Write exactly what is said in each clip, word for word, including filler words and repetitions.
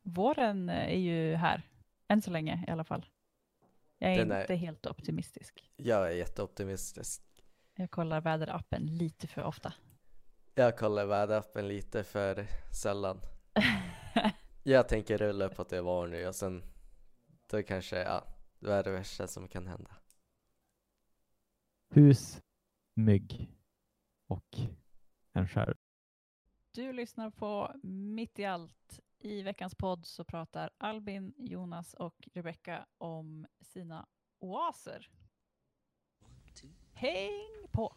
våren är ju här. Än så länge i alla fall. Jag är Den inte är, helt optimistisk. jag är jätteoptimistisk. Jag kollar väderappen lite för ofta. Jag kollar väderappen lite för sällan. Jag tänker rulla på att det var nu och sen då kanske, ja, det är det värsta som kan hända. Hus, mygg och en själv. Du lyssnar på Mitt i allt. I veckans podd så pratar Albin, Jonas och Rebecca om sina oaser. Häng på!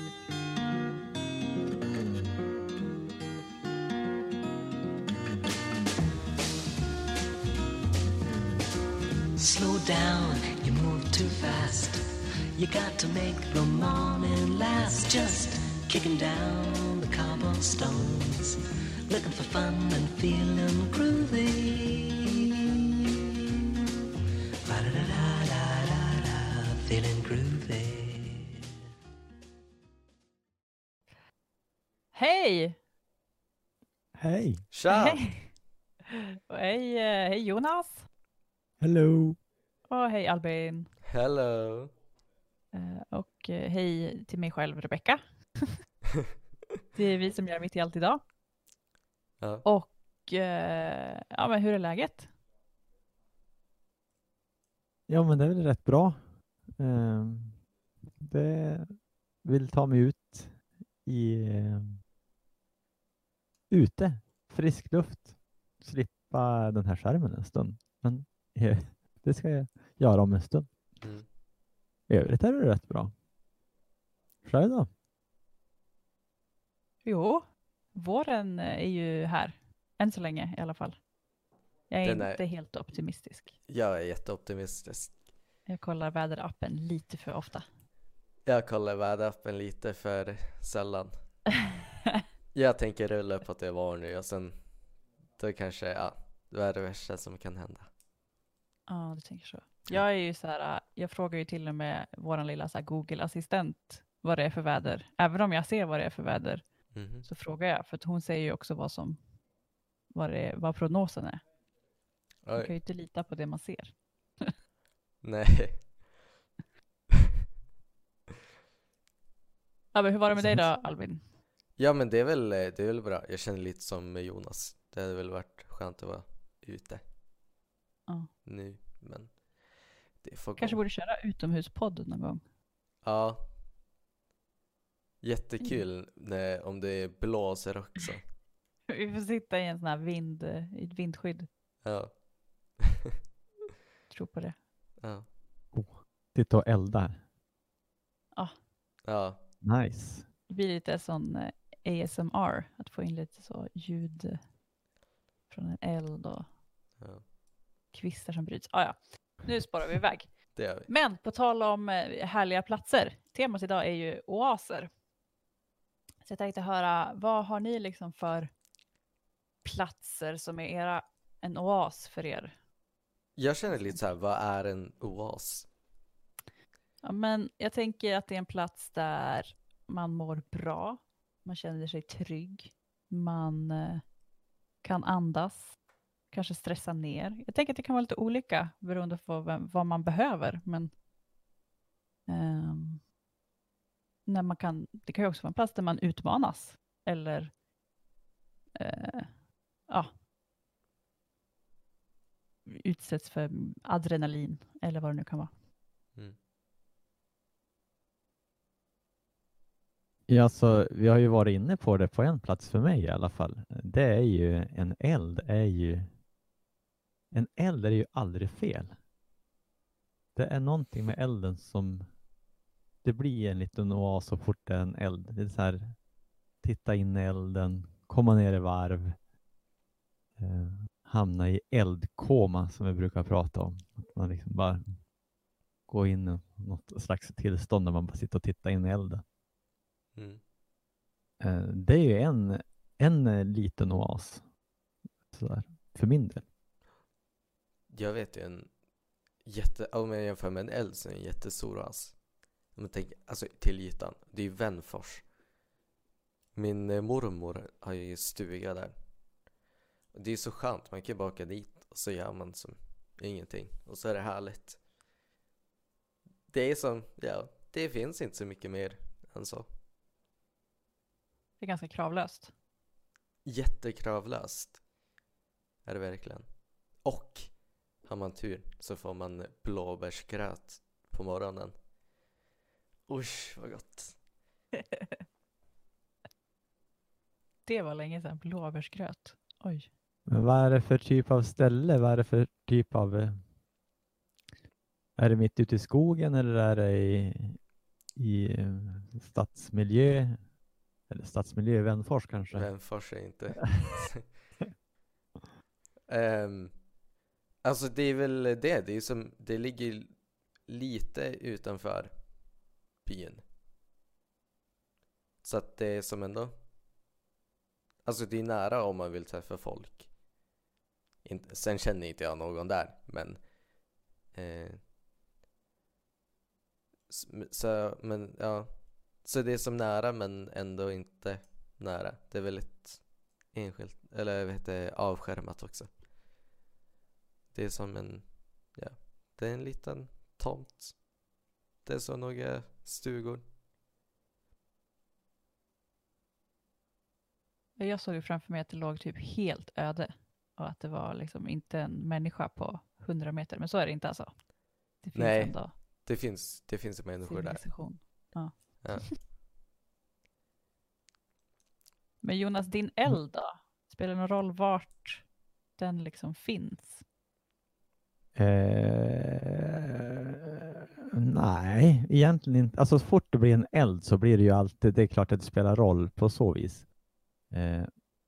Slow down, you move too fast. You got to make the morning last. Just kicking down the cobblestones, looking for fun and feeling groovy. Ba-da-da-da-da-da, feeling groovy. Hej! Hej! Tja! Hej! Och hej, eh, hej Jonas! Hello! Och hej Albin! Hello! Eh, Och eh, hej till mig själv, Rebecca. Det är vi som gör Mitt i allt idag. Ja. Och eh, ja, men hur är läget? Ja, men det är väl rätt bra. Ehm, det vill ta mig ut i ehm, ute, frisk luft, slippa den här skärmen en stund. Men eh, det ska jag göra om en stund. Mm. I övrigt är det rätt bra. Själv då? Jo, våren är ju här. Än så länge i alla fall. Jag är Den är- inte helt optimistisk. Jag är jätteoptimistisk. Jag kollar väderappen lite för ofta. Jag kollar väderappen lite för sällan. Jag tänker rulla på att det var nu och sen då kanske, ja, det är det värsta som kan hända. Ja, du tänker så. Jag är ju så här, jag frågar ju till och med våran lilla så här Google-assistent vad det är för väder. Även om jag ser vad det är för väder Mhm. så frågar jag. För att hon säger ju också vad som, vad, det är, vad prognosen är. Man kan ju Oj, inte lita på det man ser. nej. Ja, men hur var det med dig då, Albin? Ja, men det är väl, det är väl bra. Jag känner lite som Jonas. Det hade väl varit skönt att vara ute Ja. nu, men det får Kanske gå. borde köra utomhuspodd någon gång. Ja. Jättekul när, om det blåser också. Vi får sitta i en sån här vind, i ett vindskydd. Ja. Tror på det. Ja. Titta och elda. Ja. Nice. Det blir lite sån eh, A S M R. Att få in lite så ljud eh, från en eld och Ja. kvistar som bryts. Ah, ja. Nu spårar vi iväg. Det gör vi. Men på tal om eh, härliga platser. Temat idag är ju oaser. Så jag tänkte höra, vad har ni liksom för platser som är era, en oas för er? Jag känner lite så här, vad är en oas? Ja, men jag tänker att det är en plats där man mår bra. Man känner sig trygg. Man eh, kan andas. Kanske stressa ner. Jag tänker att det kan vara lite olika beroende på vem, vad man behöver. Men ehm, när man kan, det kan ju också vara en plats där man utmanas. Eller eh, ja, utsätts för adrenalin. Eller vad det nu kan vara. Mm. Ja, så vi har ju varit inne på det på en plats för mig i alla fall. Det är ju en eld är ju en eld är ju aldrig fel. Det är någonting med elden som det blir en liten oas så fort det är en eld. Det är så här, titta in i elden, komma ner i varv, eh, hamna i eldkoma som vi brukar prata om. Att man liksom bara går in i något slags tillstånd där man bara sitter och tittar in i elden. Mm. Eh, det är ju en, en eh, liten oas så där, för min del. Jag vet ju en jätte, om jag jämför med en eld så är det en jättestor oas. Om man tänker, alltså till ytan, det är ju Vänfors. Min eh, mormor har ju stuga där. Och det är så skönt, man kan bara åka dit och så gör man som ingenting. Och så är det härligt. Det är som, ja, det finns inte så mycket mer än så. Det är ganska kravlöst. Jättekravlöst är det verkligen. Och har man tur så får man blåbärsgröt på morgonen. Usch, vad gott. Det var länge sedan, blåbärsgröt. Oj. Men vad är det för typ av ställe? Vad är det för typ av... eh, Är det mitt ute i skogen eller är det i, i eh, stadsmiljö? Eller stadsmiljö i Vänfors kanske? Vänfors är inte. um, alltså det är väl det. Det är som, det ligger lite utanför byn. Så att det är som ändå, alltså det är nära om man vill träffa folk. Inte, sen känner inte jag någon där, men eh, s- så, men ja, så det är som nära men ändå inte nära. Det är väldigt enskilt, eller vad heter det, avskärmat också. Det är som en, ja, det är en liten tomt. Det är så några stugor. Jag såg ju framför mig att det låg typ helt öde. Och att det var liksom inte en människa på hundra meter. Men så är det inte alltså. Det finns Nej. ändå Det finns, det finns människor där. civilisation. Ja. Ja. Men Jonas, din eld då? Spelar det någon roll vart den liksom finns? Eh, nej, egentligen inte. Alltså så fort det blir en eld så blir det ju alltid, det är klart att det spelar roll på så vis. Eh,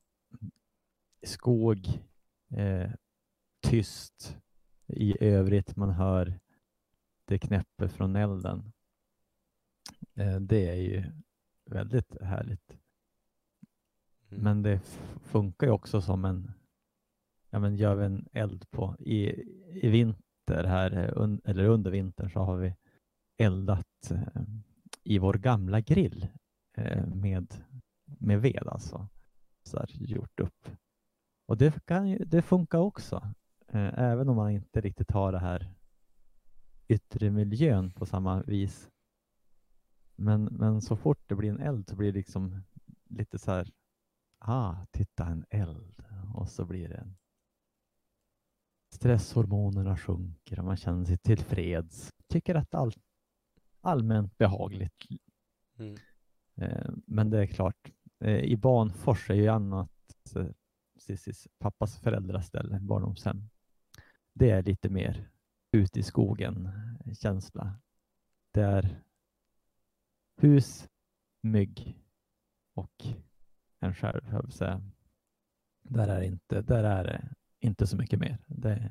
skog, eh, tyst i övrigt, man hör det knäpper från elden. Eh, det är ju väldigt härligt. Mm. Men det f- funkar ju också som en, ja men gör vi en eld på, i, i vinter här, eh, un, eller under vintern så har vi eldat eh, i vår gamla grill eh, med, med ved alltså. Så här, gjort upp. Och det, kan ju, det funkar också. Eh, även om man inte riktigt har det här yttre miljön på samma vis. Men, men så fort det blir en eld så blir det liksom lite så här, ah, titta en eld. Och så blir det en stresshormonerna sjunker och man känner sig tillfreds. Tycker att allt allmänt behagligt. Mm. Eh, men det är klart, eh, i Banfors är ju annat eh, Cissis pappas föräldraställe, barndomshem. Det är lite mer ut i skogen eh, känsla. Det är hus, mygg och en själv, jag vill säga. Där är inte, där är det inte så mycket mer. Det är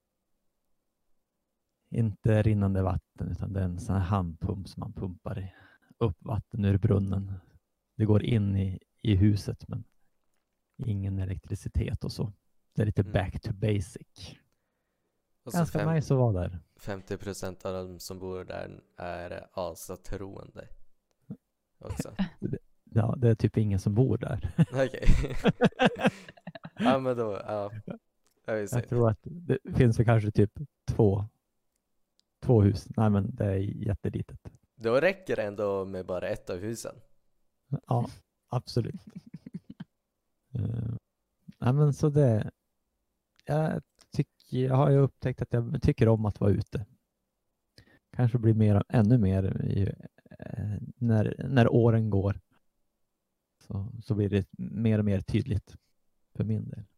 inte rinnande vatten utan det är en sån här handpump som man pumpar i- upp vatten ur brunnen. Det går in i, i huset men ingen elektricitet och så. Det är lite Mm. back to basic. Och så Ganska fem, nice att vara där. femtio procent av de som bor där är asatroende också. Ja, det är typ ingen som bor där. Okej. Ja men då, ja. Jag vill se. Jag tror att det finns väl kanske typ två, två hus. Nej men det är jättelitet. Då räcker det ändå med bara ett av husen. Ja, absolut. uh, nej men så det, jag tycker, jag har ju upptäckt att jag tycker om att vara ute. Kanske blir mer, ännu mer i, eh, när, när åren går. Så, så blir det mer och mer tydligt för min del.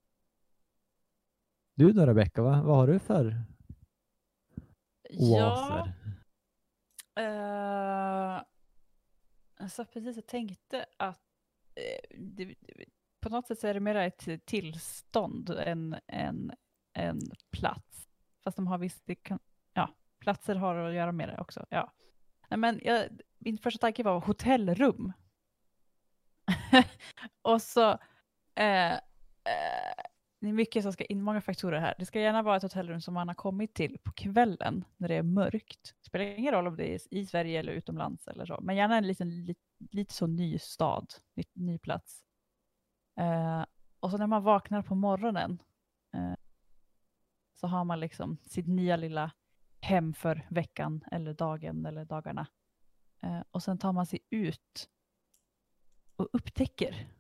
Du då Rebecka, vad, vad har du för oaser? Ja, eh, alltså precis jag tänkte att eh, det, på något sätt så är det mer ett tillstånd än en, en plats. Fast de har visst, det kan, ja, platser har att göra med det också. Ja. Nej, men jag, min första tanke var hotellrum. Och så eh, eh, det är mycket som ska in, många faktorer här. Det ska gärna vara ett hotellrum som man har kommit till på kvällen när det är mörkt. Det spelar ingen roll om det är i Sverige eller utomlands eller så. Men gärna en liten, lite, lite så ny stad, ny, ny plats. Eh, Och så när man vaknar på morgonen eh, så har man liksom sitt nya lilla hem för veckan eller dagen eller dagarna. Eh, och sen tar man sig ut och upptäcker.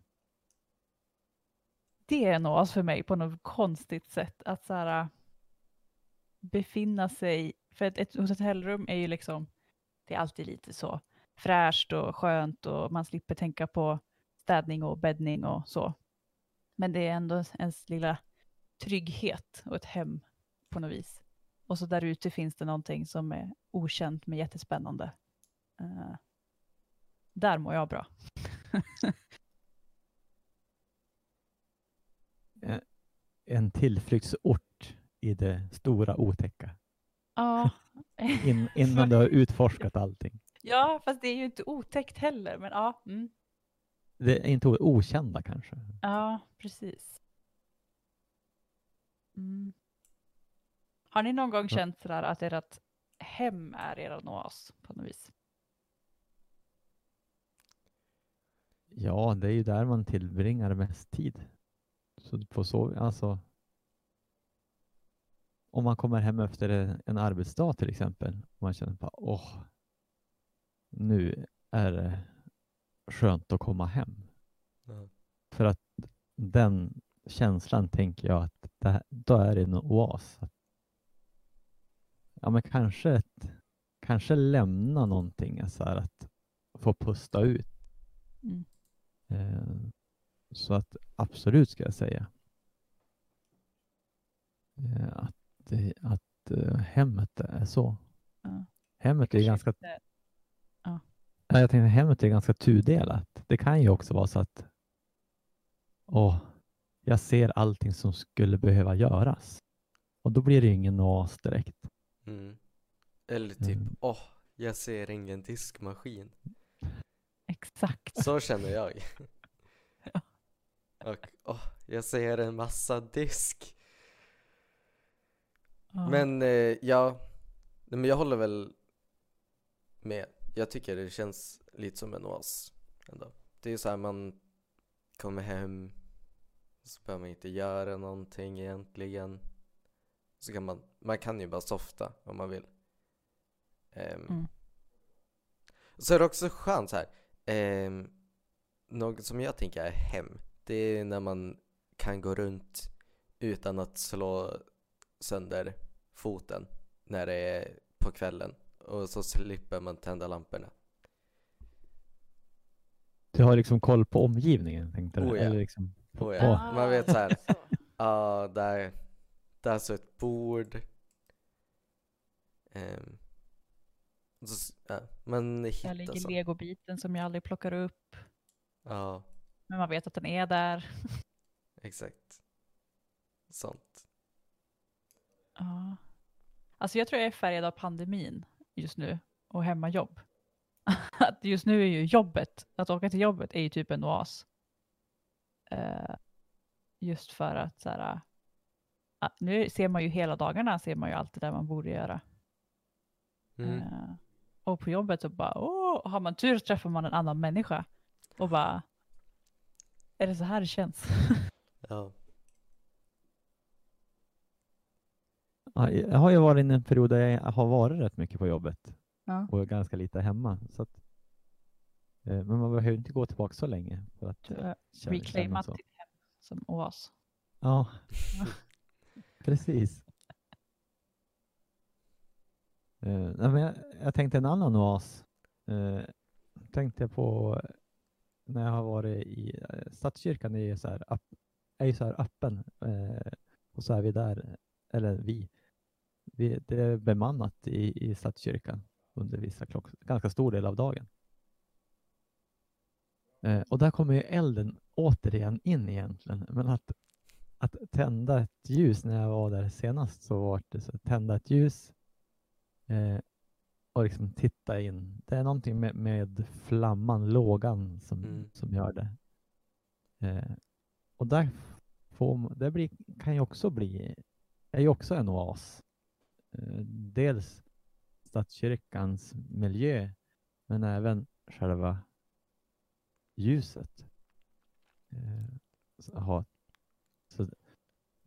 Det är en oas för mig på något konstigt sätt. Att så här, befinna sig, för ett, ett hotellrum är ju liksom, det är alltid lite så fräscht och skönt och man slipper tänka på städning och bäddning och så. Men det är ändå ens lilla trygghet och ett hem på något vis. Och så där ute finns det någonting som är okänt men jättespännande. Uh, där mår jag bra. En tillflyktsort i det stora otäcka. Ja. In, innan du har utforskat allting. Ja, fast det är ju inte otäckt heller. Men ja. Mm. Det är inte okända kanske. Ja, precis. Mm. Har ni någon gång känt sådär att ert hem är er oas på något vis? Ja, det är ju där man tillbringar mest tid. Så på så, alltså, om man kommer hem efter en, en arbetsdag till exempel, och man känner bara, åh, nu är det skönt att komma hem. Ja. För att den känslan tänker jag att det här, då är det en oas. Att, ja, men kanske ett, kanske lämna någonting, så här, att få pusta ut. Mm. Eh, så att absolut ska jag säga eh, att, det, att eh, hemmet är så. Ja. Hemmet är ganska Ja. Ja, jag tänkte hemmet är ganska tudelat. Det kan ju också vara så att åh, jag ser allting som skulle behöva göras. Och då blir det ju ingen oas direkt. Mm. Eller typ, Mm. åh, jag ser ingen diskmaskin. Exakt. Så känner jag. Ja. Och åh, jag ser en massa disk. Ja. Men eh, ja, nej, men jag håller väl med. Jag tycker det känns lite som en oas ändå. Det är så här, man kommer hem, så behöver man inte göra någonting egentligen. Så kan man, man kan ju bara softa om man vill. Um, Mm. Så är det också skönt så här. Um, något som jag tänker är hem, det är när man kan gå runt utan att slå sönder foten när det är på kvällen. Och så slipper man tända lamporna. Du har liksom koll på omgivningen, tänkte du? Oh ja. Eller liksom, Oh ja. Åh. Man vet så här. Så. Ja, där, där så ett bord. Um, så, ja, man Där hittar ligger sånt. legobiten som jag aldrig plockar upp. Ja, Men man vet att den är där. exakt. Sånt. Ja. Alltså jag tror jag är färgad av pandemin just nu och hemmajobb. Att just nu är ju jobbet, att åka till jobbet är ju typ en oas. Uh, just för att så här, uh, nu ser man ju hela dagarna, ser man ju allt det där man borde göra. Mm. Uh, och på jobbet så bara, åh, har man tur så träffar man en annan människa. Och bara, är det så här det känns? Ja. Ja, jag har ju varit i en period där jag har varit rätt mycket på jobbet. Ja. Och ganska lite hemma. Så att, eh, men man behöver inte gå tillbaka så länge. För att Du eh, har känna- reclaimat känna så. ditt hem som oas. Ja, precis. Eh, nej, men jag, jag tänkte en annan oas. Eh, tänkte jag på när jag har varit i eh, Stadskyrkan är ju så här, öpp, är ju så här öppen. Eh, och så är vi där, eller vi. vi det är bemannat i, i Stadskyrkan under vissa klock, ganska stor del av dagen. Eh, och där kommer ju elden återigen in egentligen. Men att, att tända ett ljus, när jag var där senast så var det så att tända ett ljus eh, och liksom titta in. Det är någonting med, med flamman, lågan som, Mm. som gör det. Eh, och där får, det blir, kan ju också bli, är ju också en oas. Eh, dels Stadskyrkans miljö, men även själva ljuset. Eh, ha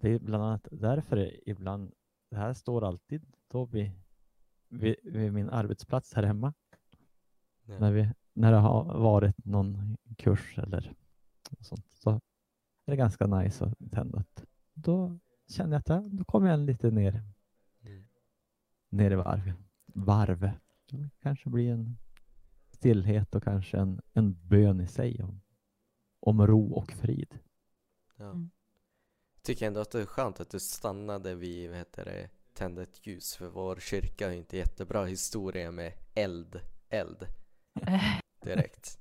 Det är bland annat därför ibland, det här står alltid då vid, vid, vid min arbetsplats här hemma. Ja. När, vi, när det har varit någon kurs eller sånt, så är det ganska nice att tända ett. Då känner jag att jag, då kommer jag lite ner, Mm. ner i varv. varv. Det kanske blir en stillhet och kanske en, en bön i sig om, om ro och frid. Ja. Mm. Tycker ändå att det är skönt att du stannade vid, vad heter det, tända ett ljus, för vår kyrka har ju inte jättebra historia med eld, eld direkt.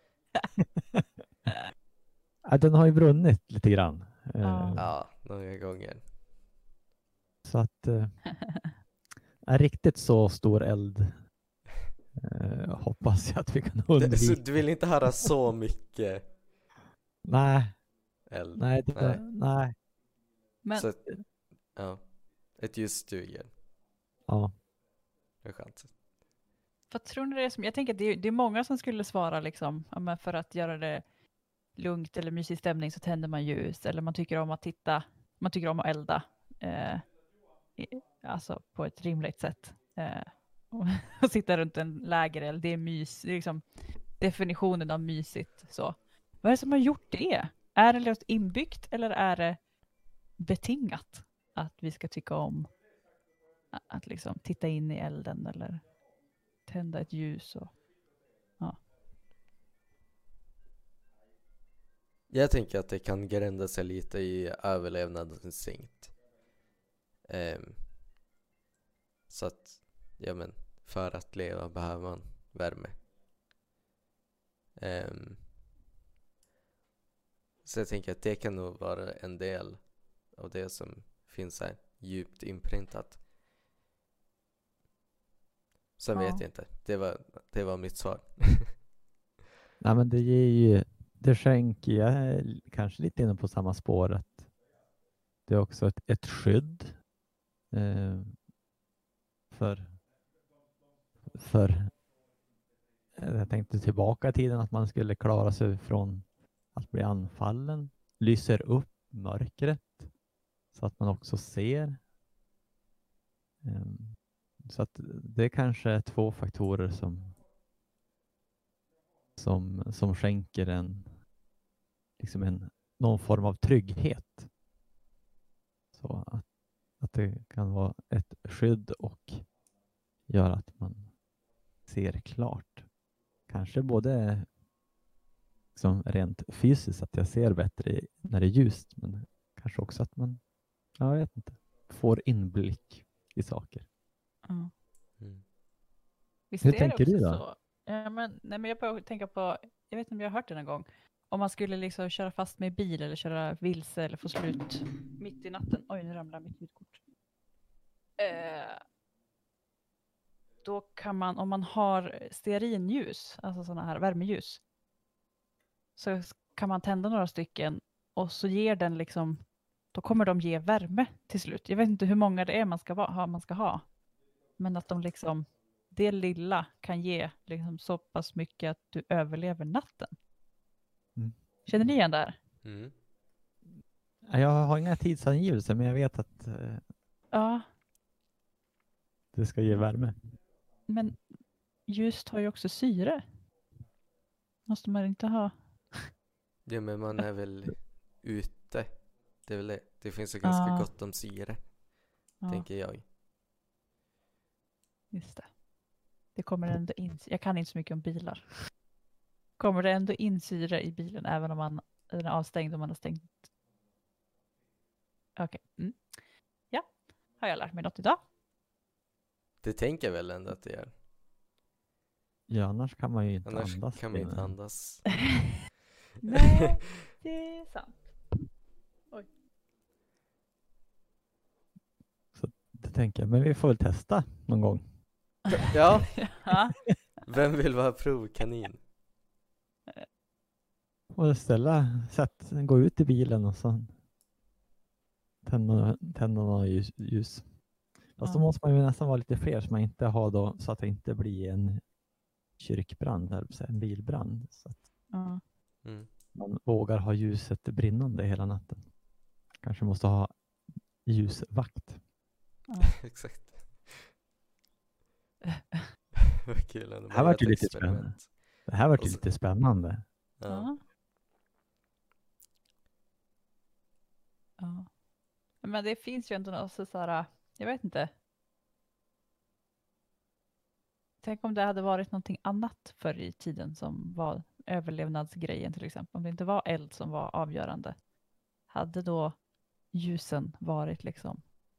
Ja, den har ju brunnit lite grann. Eh, Ja. Ja, några gånger. Så att eh, är riktigt så stor eld eh, hoppas jag att vi kan Det, undvika. så du vill inte höra så mycket Nej, eld? nej, det, Nej. nej. Men Så, ja, ett ljus duger. Ja. Det är skönt. vad tror ni det är som, jag tänker att det är, det är många som skulle svara liksom, ja, men för att göra det lugnt eller mysig stämning så tänder man ljus, eller man tycker om att titta, man tycker om att elda, eh, i- alltså på ett rimligt sätt. Eh, och, och sitta runt en lägereld, det är mys, det är liksom definitionen av mysigt. Så. Vad är det som har gjort det? Är det något inbyggt eller är det betingat att vi ska tycka om a- att liksom titta in i elden eller tända ett ljus? Och, Jag tänker att det kan grända sig lite i överlevnadsinstinkt. Ehm, så att, ja men, för att leva behöver man värme. Ehm, så jag tänker att det kan nog vara en del av det som finns här djupt inprintat. Sen Ja. vet jag inte. Det var, det var mitt svar. Nej, men det ger ju, det skänker, jag är kanske lite inne på samma spår, att det är också ett, ett skydd eh, för, för eh, jag tänkte tillbaka i tiden att man skulle klara sig från att bli anfallen, lyser upp mörkret så att man också ser. Eh, så att det kanske är två faktorer som som, som skänker en, liksom en någon form av trygghet. Så att, att det kan vara ett skydd och göra att man ser klart. Kanske både liksom rent fysiskt, att jag ser bättre när det är ljust, men kanske också att man, jag vet inte, får inblick i saker. ja. Mm. Visst Hur är det tänker också du då? Så? Ja, men, nej, men jag börjar tänka på, jag vet inte om jag har hört det någon gång, om man skulle liksom köra fast med bil eller köra vilse eller få slut mitt i natten. Oj, nu ramlar mitt ljudkort. Eh, då kan man, om man har stearinljus, alltså sådana här värmeljus, så kan man tända några stycken och så ger den liksom, då kommer de ge värme till slut. Jag vet inte hur många det är man ska, va- ha, man ska ha, men att de liksom, det lilla kan ge liksom så pass mycket att du överlever natten. Mm. Känner ni igen det här? Mm. Jag har inga tidsangivelser, men jag vet att eh, Ja, det ska ge värme. men ljus har ju också syre. Måste man inte ha? Ja, men man är väl ute. Det är väl det. Det finns ju ganska Ja. gott om syre, Ja, tänker jag. just det. Det kommer ändå in, jag kan inte så mycket om bilar. Kommer det ändå in syre i bilen även om man den är avstängd och man har stängt? Okej. Mm. Ja, har jag lärt mig något idag? Det tänker jag väl ändå att det gör. Ja, annars kan man ju inte Annars andas. kan man inte innan. andas. Nej, det är sant. Det tänker jag, men vi får väl testa någon gång. Ja, Ja. vem vill vara provkanin? Och ställa, sätt, gå ut i bilen och så tända, tända några ljus. ljus. Fast då Ja. måste man ju nästan vara lite fler så man inte har då, så att det inte blir en kyrkbrand, eller en bilbrand. Så att Ja. Mm. man vågar ha ljuset brinnande hela natten. Kanske måste ha ljusvakt. Ja. Exakt. Vad kul ändå. Det här Man vart gör ju ett lite experiment. spännande. Det här vart ju Och så- lite spännande. Ja. Ja. Ja. Men det finns ju ändå något så så här, jag vet inte. Tänk om det hade varit någonting annat förr i tiden som var överlevnadsgrejen till exempel. Om det inte var eld som var avgörande. Hade då ljusen varit liksom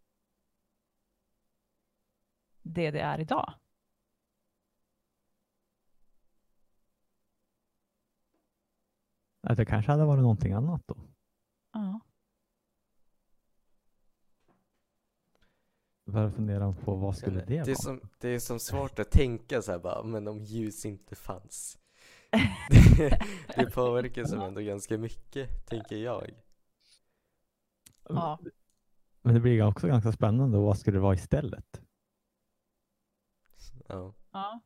det det är idag? Att det kanske hade varit någonting annat då. Ja. Bara fundera på vad skulle det, det, är vara? som, det är som svårt att tänka så här bara, men om ljus inte fanns. det, det påverkar som ändå ganska mycket, tänker jag. Ja. Men det blir också ganska spännande. Vad skulle det vara istället? Ja. Ja.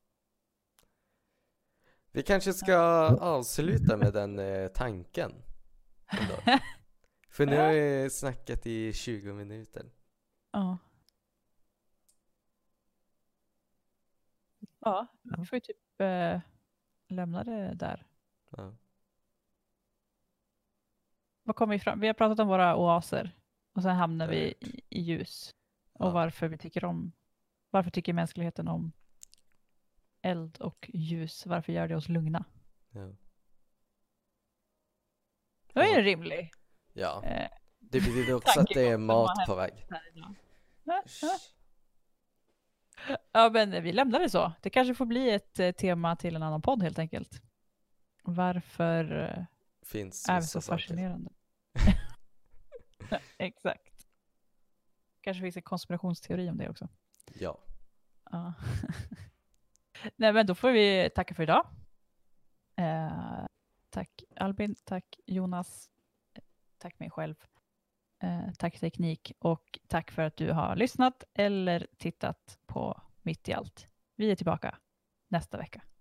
Vi kanske ska avsluta med den eh, tanken. Ändå. För nu har vi snackat i tjugo minuter. Ja. Ja, Ja. vi får ju typ eh, lämna det där. Ja. Vad kommer vi fram? Vi har pratat om våra oaser och sen hamnar Det har vi vi i, i ljus. Och Ja. varför vi tycker om, varför tycker mänskligheten om eld och ljus? Varför gör det oss lugna? Ja. Det var ju Ja. en rimlig Ja. eh, Det betyder också att det är tankegång som har mat hänt på väg. här idag. Ja, men vi lämnar det så. Det kanske får bli ett eh, tema till en annan podd helt enkelt. Varför eh, Finns är vi vissa så saker. fascinerande? Exakt. Kanske finns en konspirationsteori om det också. Ja. Ja. Nej, men då får vi tacka för idag. Eh, tack Albin, tack Jonas, eh, tack mig själv, eh, tack teknik och tack för att du har lyssnat eller tittat på Mitt i allt. Vi är tillbaka nästa vecka.